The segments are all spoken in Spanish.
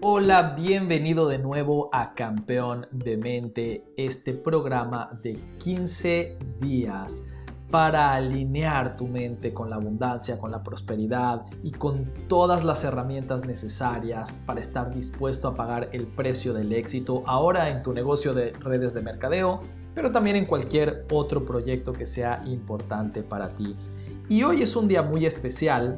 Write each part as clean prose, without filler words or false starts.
Hola, bienvenido de nuevo a Campeón de Mente, este programa de 15 días para alinear tu mente con la abundancia, con la prosperidad y con todas las herramientas necesarias para estar dispuesto a pagar el precio del éxito ahora en tu negocio de redes de mercadeo, pero también en cualquier otro proyecto que sea importante para ti. Y hoy es un día muy especial,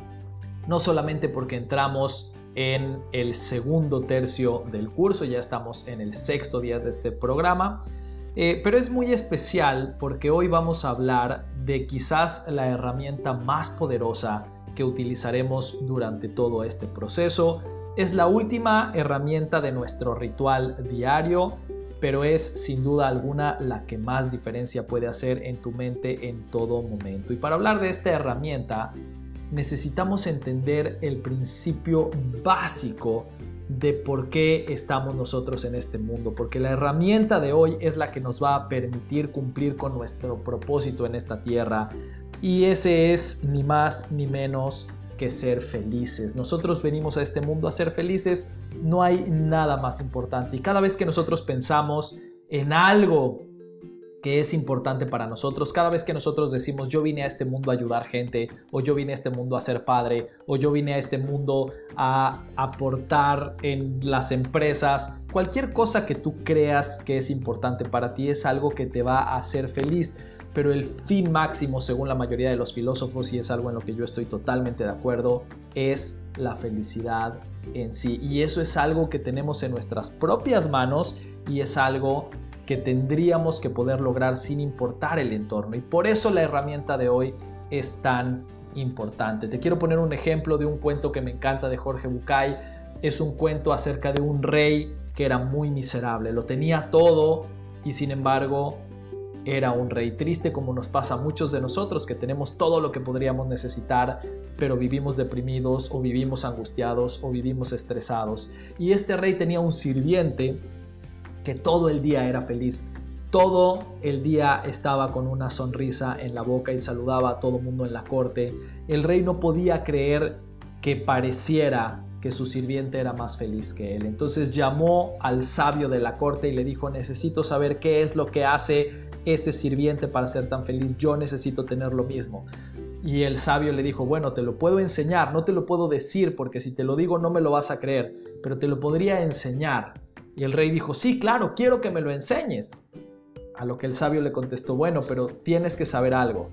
no solamente porque entramos en el segundo tercio del curso, ya estamos en el sexto día de este programa, pero es muy especial porque hoy vamos a hablar de quizás la herramienta más poderosa que utilizaremos durante todo este proceso. Es la última herramienta de nuestro ritual diario, pero es sin duda alguna la que más diferencia puede hacer en tu mente en todo momento. Y para hablar de esta herramienta, necesitamos entender el principio básico de por qué estamos nosotros en este mundo, porque la herramienta de hoy es la que nos va a permitir cumplir con nuestro propósito en esta tierra, y ese es ni más ni menos que ser felices. Nosotros venimos a este mundo a ser felices, no hay nada más importante, y cada vez que nosotros pensamos en algo que es importante para nosotros, cada vez que nosotros decimos yo vine a este mundo a ayudar gente, o yo vine a este mundo a ser padre, o yo vine a este mundo a aportar en las empresas, cualquier cosa que tú creas que es importante para ti es algo que te va a hacer feliz. Pero el fin máximo, según la mayoría de los filósofos, y es algo en lo que yo estoy totalmente de acuerdo, es la felicidad en sí. Y eso es algo que tenemos en nuestras propias manos y es algo que tendríamos que poder lograr sin importar el entorno. Y por eso la herramienta de hoy es tan importante. Te quiero poner un ejemplo de un cuento que me encanta de Jorge Bucay. Es un cuento acerca de un rey que era muy miserable. Lo tenía todo y sin embargo era un rey triste, como nos pasa a muchos de nosotros, que tenemos todo lo que podríamos necesitar, pero vivimos deprimidos o vivimos angustiados o vivimos estresados. Y este rey tenía un sirviente que todo el día era feliz, todo el día estaba con una sonrisa en la boca y saludaba a todo mundo en la corte. El rey no podía creer que pareciera que su sirviente era más feliz que él. Entonces llamó al sabio de la corte y le dijo: necesito saber qué es lo que hace ese sirviente para ser tan feliz, yo necesito tener lo mismo. Y el sabio le dijo: bueno, te lo puedo enseñar, no te lo puedo decir porque si te lo digo no me lo vas a creer, pero te lo podría enseñar. Y el rey dijo: sí, claro, quiero que me lo enseñes. A lo que el sabio le contestó: bueno, pero tienes que saber algo.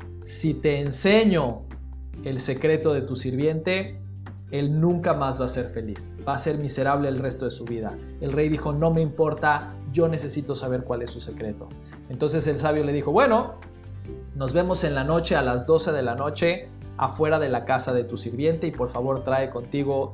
Si te enseño el secreto de tu sirviente, él nunca más va a ser feliz. Va a ser miserable el resto de su vida. El rey dijo: no me importa, yo necesito saber cuál es su secreto. Entonces el sabio le dijo: bueno, nos vemos en la noche a las 12 de la noche afuera de la casa de tu sirviente y por favor trae contigo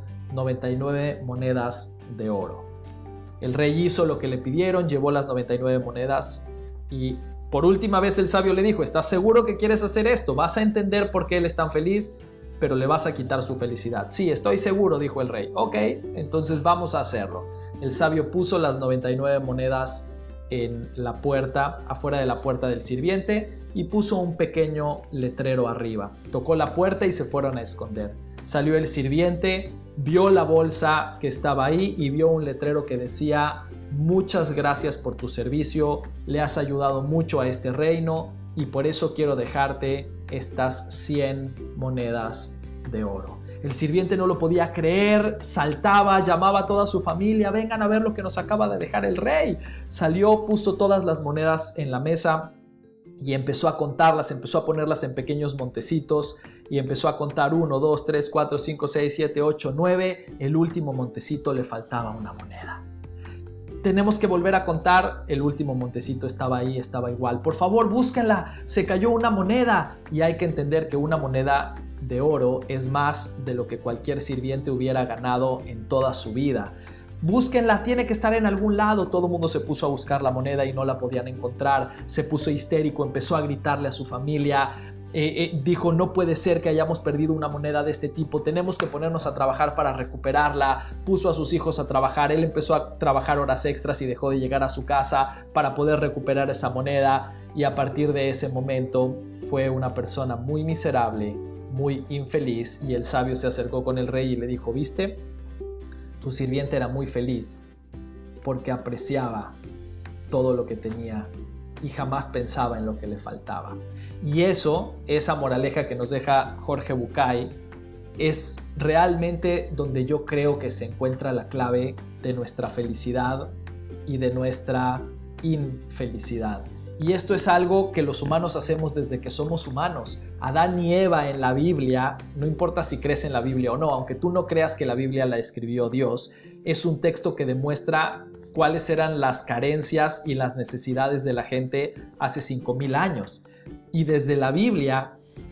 99 monedas de oro. El rey hizo lo que le pidieron, llevó las 99 monedas y por última vez el sabio le dijo: ¿estás seguro que quieres hacer esto? ¿Vas a entender por qué él es tan feliz, pero le vas a quitar su felicidad? Sí, estoy seguro, dijo el rey. Ok, entonces vamos a hacerlo. El sabio puso las 99 monedas en la puerta, afuera de la puerta del sirviente, y puso un pequeño letrero arriba. Tocó la puerta y se fueron a esconder. Salió el sirviente, vio la bolsa que estaba ahí y vio un letrero que decía: muchas gracias por tu servicio, le has ayudado mucho a este reino y por eso quiero dejarte estas 100 monedas de oro. El sirviente no lo podía creer, saltaba, llamaba a toda su familia: vengan a ver lo que nos acaba de dejar el rey. Salió, puso todas las monedas en la mesa y empezó a contarlas, empezó a ponerlas en pequeños montecitos y empezó a contar 1, 2, 3, 4, 5, 6, 7, 8, 9. El último montecito le faltaba una moneda. Tenemos que volver a contar. El último montecito estaba ahí, estaba igual. Por favor, búsquenla, se cayó una moneda. Y hay que entender que una moneda de oro es más de lo que cualquier sirviente hubiera ganado en toda su vida. Búsquenla, tiene que estar en algún lado. Todo el mundo se puso a buscar la moneda y no la podían encontrar. Se puso histérico, empezó a gritarle a su familia. Dijo: no puede ser que hayamos perdido una moneda de este tipo, tenemos que ponernos a trabajar para recuperarla. Puso a sus hijos a trabajar, él empezó a trabajar horas extras y dejó de llegar a su casa para poder recuperar esa moneda, y a partir de ese momento fue una persona muy miserable, muy infeliz. Y el sabio se acercó con el rey y le dijo: ¿viste? Tu sirviente era muy feliz porque apreciaba todo lo que tenía y jamás pensaba en lo que le faltaba. Y eso, esa moraleja que nos deja Jorge Bucay, es realmente donde yo creo que se encuentra la clave de nuestra felicidad y de nuestra infelicidad. Y esto es algo que los humanos hacemos desde que somos humanos. Adán y Eva en la Biblia, no importa si crees en la Biblia o no, aunque tú no creas que la Biblia la escribió Dios, es un texto que demuestra cuáles eran las carencias y las necesidades de la gente hace 5000 años. Y desde la Biblia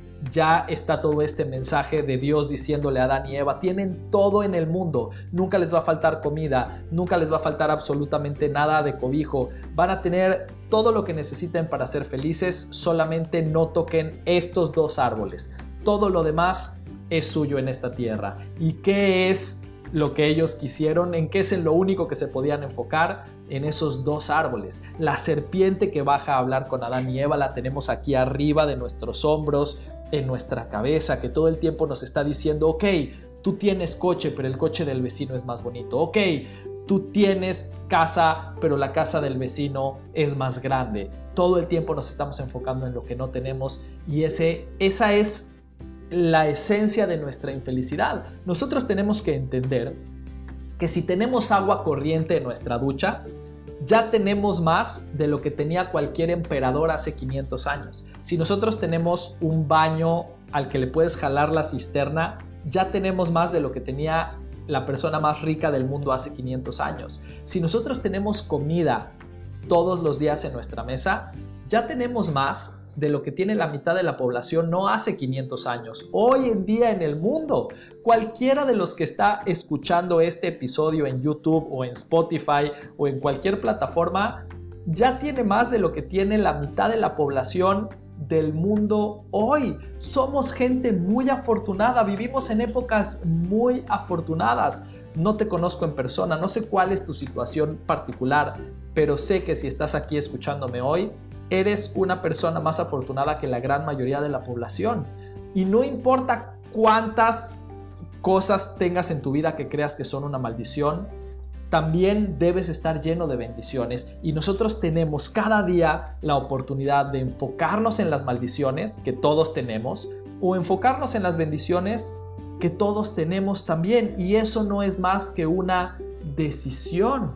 ya está todo este mensaje de Dios diciéndole a Adán y Eva: tienen todo en el mundo, nunca les va a faltar comida, nunca les va a faltar absolutamente nada de cobijo, van a tener todo lo que necesiten para ser felices, solamente no toquen estos 2 árboles, todo lo demás es suyo en esta tierra. ¿Y qué es lo que ellos quisieron? ¿En qué es en lo único que se podían enfocar? En esos 2 árboles. La serpiente que baja a hablar con Adán y Eva la tenemos aquí arriba de nuestros hombros, en nuestra cabeza, que todo el tiempo nos está diciendo: ok, tú tienes coche, pero el coche del vecino es más bonito. Ok, tú tienes casa, pero la casa del vecino es más grande. Todo el tiempo nos estamos enfocando en lo que no tenemos, y esa es la esencia de nuestra infelicidad. Nosotros tenemos que entender que si tenemos agua corriente en nuestra ducha, ya tenemos más de lo que tenía cualquier emperador hace 500 años. Si nosotros tenemos un baño al que le puedes jalar la cisterna, ya tenemos más de lo que tenía la persona más rica del mundo hace 500 años. Si nosotros tenemos comida todos los días en nuestra mesa, ya tenemos más de lo que tiene la mitad de la población no hace 500 años. Hoy en día en el mundo, cualquiera de los que está escuchando este episodio en YouTube o en Spotify o en cualquier plataforma, ya tiene más de lo que tiene la mitad de la población del mundo hoy. Somos gente muy afortunada, vivimos en épocas muy afortunadas. No te conozco en persona, no sé cuál es tu situación particular, pero sé que si estás aquí escuchándome hoy, eres una persona más afortunada que la gran mayoría de la población. Y no importa cuántas cosas tengas en tu vida que creas que son una maldición, también debes estar lleno de bendiciones. Y nosotros tenemos cada día la oportunidad de enfocarnos en las maldiciones que todos tenemos, o enfocarnos en las bendiciones que todos tenemos también. Y eso no es más que una decisión.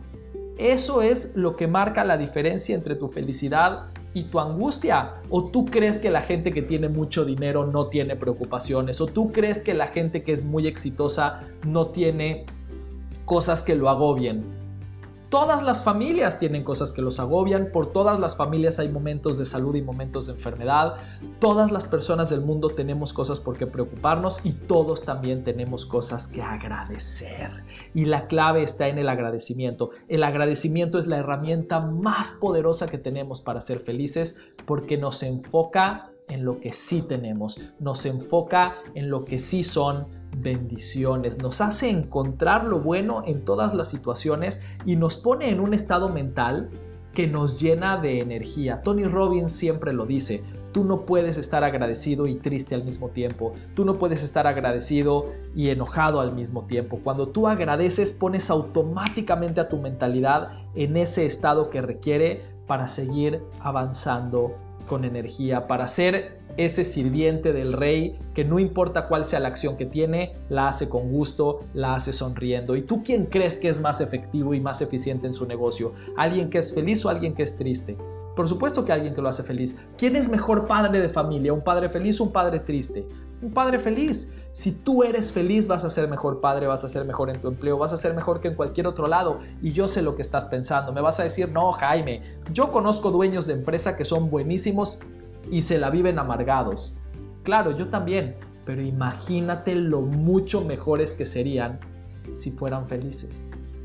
Eso es lo que marca la diferencia entre tu felicidad y tu angustia. ¿O tú crees que la gente que tiene mucho dinero no tiene preocupaciones? ¿O tú crees que la gente que es muy exitosa no tiene cosas que lo agobien? Todas las familias tienen cosas que los agobian. Por todas las familias hay momentos de salud y momentos de enfermedad. Todas las personas del mundo tenemos cosas por qué preocuparnos, y todos también tenemos cosas que agradecer. Y la clave está en el agradecimiento. El agradecimiento es la herramienta más poderosa que tenemos para ser felices, porque nos enfoca en lo que sí tenemos, nos enfoca en lo que sí son bendiciones, nos hace encontrar lo bueno en todas las situaciones y nos pone en un estado mental que nos llena de energía. Tony Robbins siempre lo dice: tú no puedes estar agradecido y triste al mismo tiempo, tú no puedes estar agradecido y enojado al mismo tiempo. Cuando tú agradeces, pones automáticamente a tu mentalidad en ese estado que requiere para seguir avanzando con energía, para ser ese sirviente del rey que no importa cuál sea la acción que tiene, la hace con gusto, la hace sonriendo. ¿Y tú quién crees que es más efectivo y más eficiente en su negocio? ¿Alguien que es feliz o alguien que es triste? Por supuesto que alguien que lo hace feliz. ¿Quién es mejor padre de familia? ¿Un padre feliz o un padre triste? Un padre feliz. Si tú eres feliz, vas a ser mejor padre, vas a ser mejor en tu empleo, vas a ser mejor que en cualquier otro lado. Y yo sé lo que estás pensando. Me vas a decir: no, Jaime, yo conozco dueños de empresa que son buenísimos y se la viven amargados. Claro, yo también, pero imagínate lo mucho mejores que serían si fueran felices.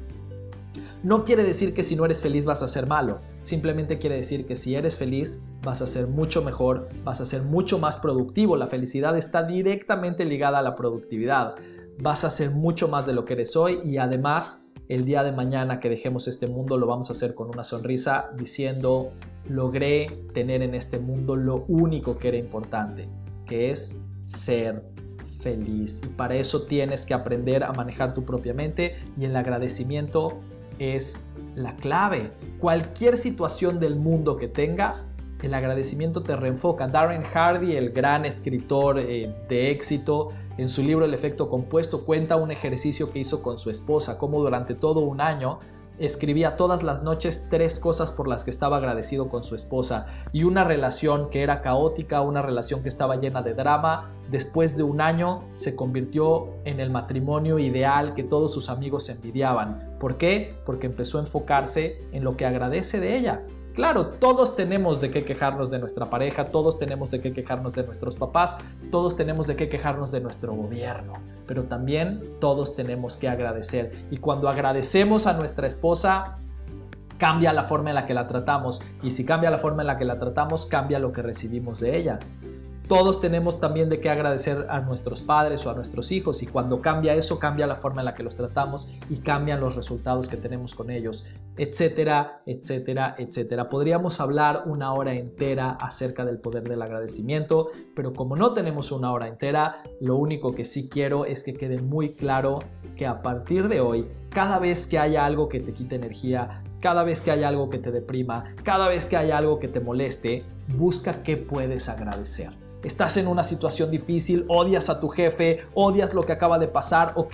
No quiere decir que si no eres feliz vas a ser malo, simplemente quiere decir que si eres feliz vas a ser mucho mejor, vas a ser mucho más productivo. La felicidad está directamente ligada a la productividad. Vas a hacer mucho más de lo que eres hoy, y además el día de mañana que dejemos este mundo lo vamos a hacer con una sonrisa diciendo: logré tener en este mundo lo único que era importante, que es ser feliz. Y para eso tienes que aprender a manejar tu propia mente, y el agradecimiento es la clave. Cualquier situación del mundo que tengas, el agradecimiento te reenfoca. Darren Hardy, el gran escritor de éxito, en su libro El efecto compuesto, cuenta un ejercicio que hizo con su esposa, cómo durante todo un año escribía todas las noches 3 cosas por las que estaba agradecido con su esposa, y una relación que era caótica, una relación que estaba llena de drama, después de un año se convirtió en el matrimonio ideal que todos sus amigos envidiaban. ¿Por qué? Porque empezó a enfocarse en lo que agradece de ella. Claro, todos tenemos de qué quejarnos de nuestra pareja, todos tenemos de qué quejarnos de nuestros papás, todos tenemos de qué quejarnos de nuestro gobierno, pero también todos tenemos que agradecer. Y cuando agradecemos a nuestra esposa, cambia la forma en la que la tratamos, y si cambia la forma en la que la tratamos, cambia lo que recibimos de ella. Todos tenemos también de qué agradecer a nuestros padres o a nuestros hijos, y cuando cambia eso, cambia la forma en la que los tratamos y cambian los resultados que tenemos con ellos, etcétera, etcétera, etcétera. Podríamos hablar una hora entera acerca del poder del agradecimiento, pero como no tenemos una hora entera, lo único que sí quiero es que quede muy claro que a partir de hoy, cada vez que haya algo que te quite energía, cada vez que haya algo que te deprima, cada vez que haya algo que te moleste, busca qué puedes agradecer. Estás en una situación difícil, odias a tu jefe, odias lo que acaba de pasar, ok,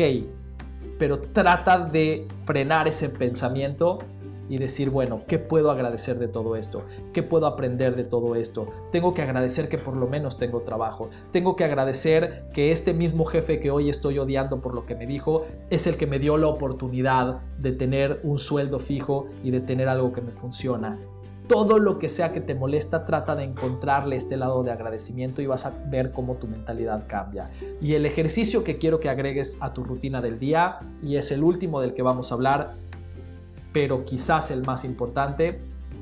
pero trata de frenar ese pensamiento y decir, bueno, ¿qué puedo agradecer de todo esto? ¿Qué puedo aprender de todo esto? Tengo que agradecer que por lo menos tengo trabajo. Tengo que agradecer que este mismo jefe que hoy estoy odiando por lo que me dijo es el que me dio la oportunidad de tener un sueldo fijo y de tener algo que me funciona. Todo lo que sea que te molesta, trata de encontrarle este lado de agradecimiento y vas a ver cómo tu mentalidad cambia. Y el ejercicio que quiero que agregues a tu rutina del día, y es el último del que vamos a hablar, pero quizás el más importante,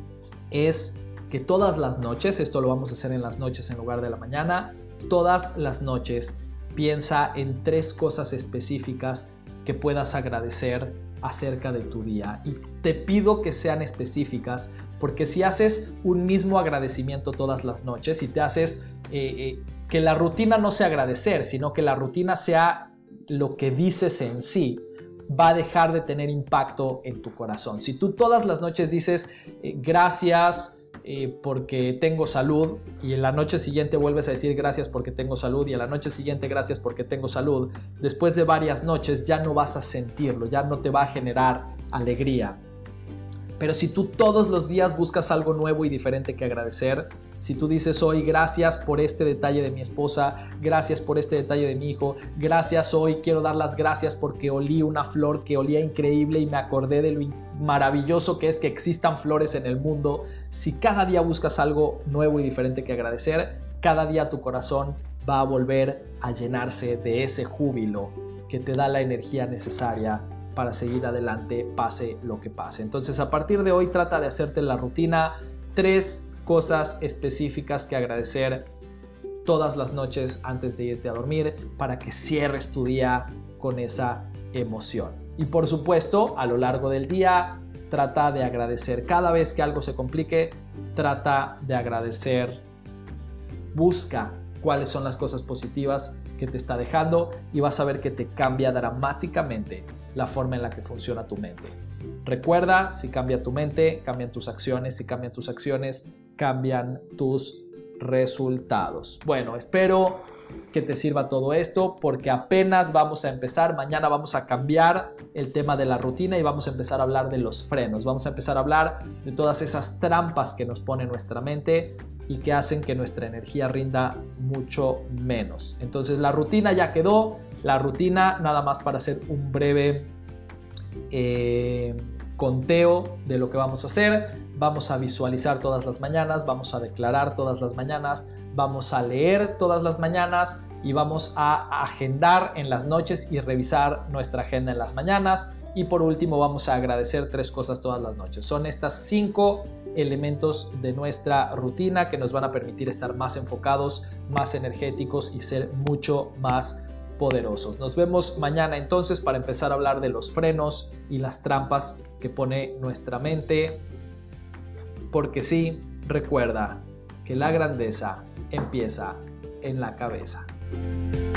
es que todas las noches, esto lo vamos a hacer en las noches en lugar de la mañana, todas las noches piensa en 3 cosas específicas que puedas agradecer acerca de tu día, y te pido que sean específicas, porque si haces un mismo agradecimiento todas las noches y te haces que la rutina no sea agradecer, sino que la rutina sea lo que dices en sí, va a dejar de tener impacto en tu corazón. Si tú todas las noches dices gracias porque tengo salud, y en la noche siguiente vuelves a decir gracias porque tengo salud, y en la noche siguiente gracias porque tengo salud, después de varias noches ya no vas a sentirlo, ya no te va a generar alegría. Pero si tú todos los días buscas algo nuevo y diferente que agradecer, si tú dices hoy gracias por este detalle de mi esposa, gracias por este detalle de mi hijo, gracias, hoy quiero dar las gracias porque olí una flor que olía increíble y me acordé de lo maravilloso que es que existan flores en el mundo. Si cada día buscas algo nuevo y diferente que agradecer, cada día tu corazón va a volver a llenarse de ese júbilo que te da la energía necesaria para seguir adelante, pase lo que pase. Entonces, a partir de hoy, trata de hacerte la rutina 3 cosas específicas que agradecer todas las noches antes de irte a dormir, para que cierres tu día con esa emoción. Y por supuesto, a lo largo del día, trata de agradecer. Cada vez que algo se complique, trata de agradecer. Busca cuáles son las cosas positivas que te está dejando, y vas a ver que te cambia dramáticamente la forma en la que funciona tu mente. Recuerda, si cambia tu mente, cambian tus acciones. Si cambian tus acciones, cambian tus resultados. Bueno, espero que te sirva todo esto, porque apenas vamos a empezar. Mañana vamos a cambiar el tema de la rutina y vamos a empezar a hablar de los frenos. Vamos a empezar a hablar de todas esas trampas que nos pone nuestra mente y que hacen que nuestra energía rinda mucho menos. Entonces, la rutina ya quedó. La rutina, nada más para hacer un breve conteo de lo que vamos a hacer. Vamos a visualizar todas las mañanas, vamos a declarar todas las mañanas, vamos a leer todas las mañanas y vamos a agendar en las noches y revisar nuestra agenda en las mañanas. Y por último, vamos a agradecer 3 cosas todas las noches. Son estas 5 elementos de nuestra rutina que nos van a permitir estar más enfocados, más energéticos y ser mucho más poderosos. Nos vemos mañana entonces para empezar a hablar de los frenos y las trampas que pone nuestra mente. Porque sí, recuerda que la grandeza empieza en la cabeza.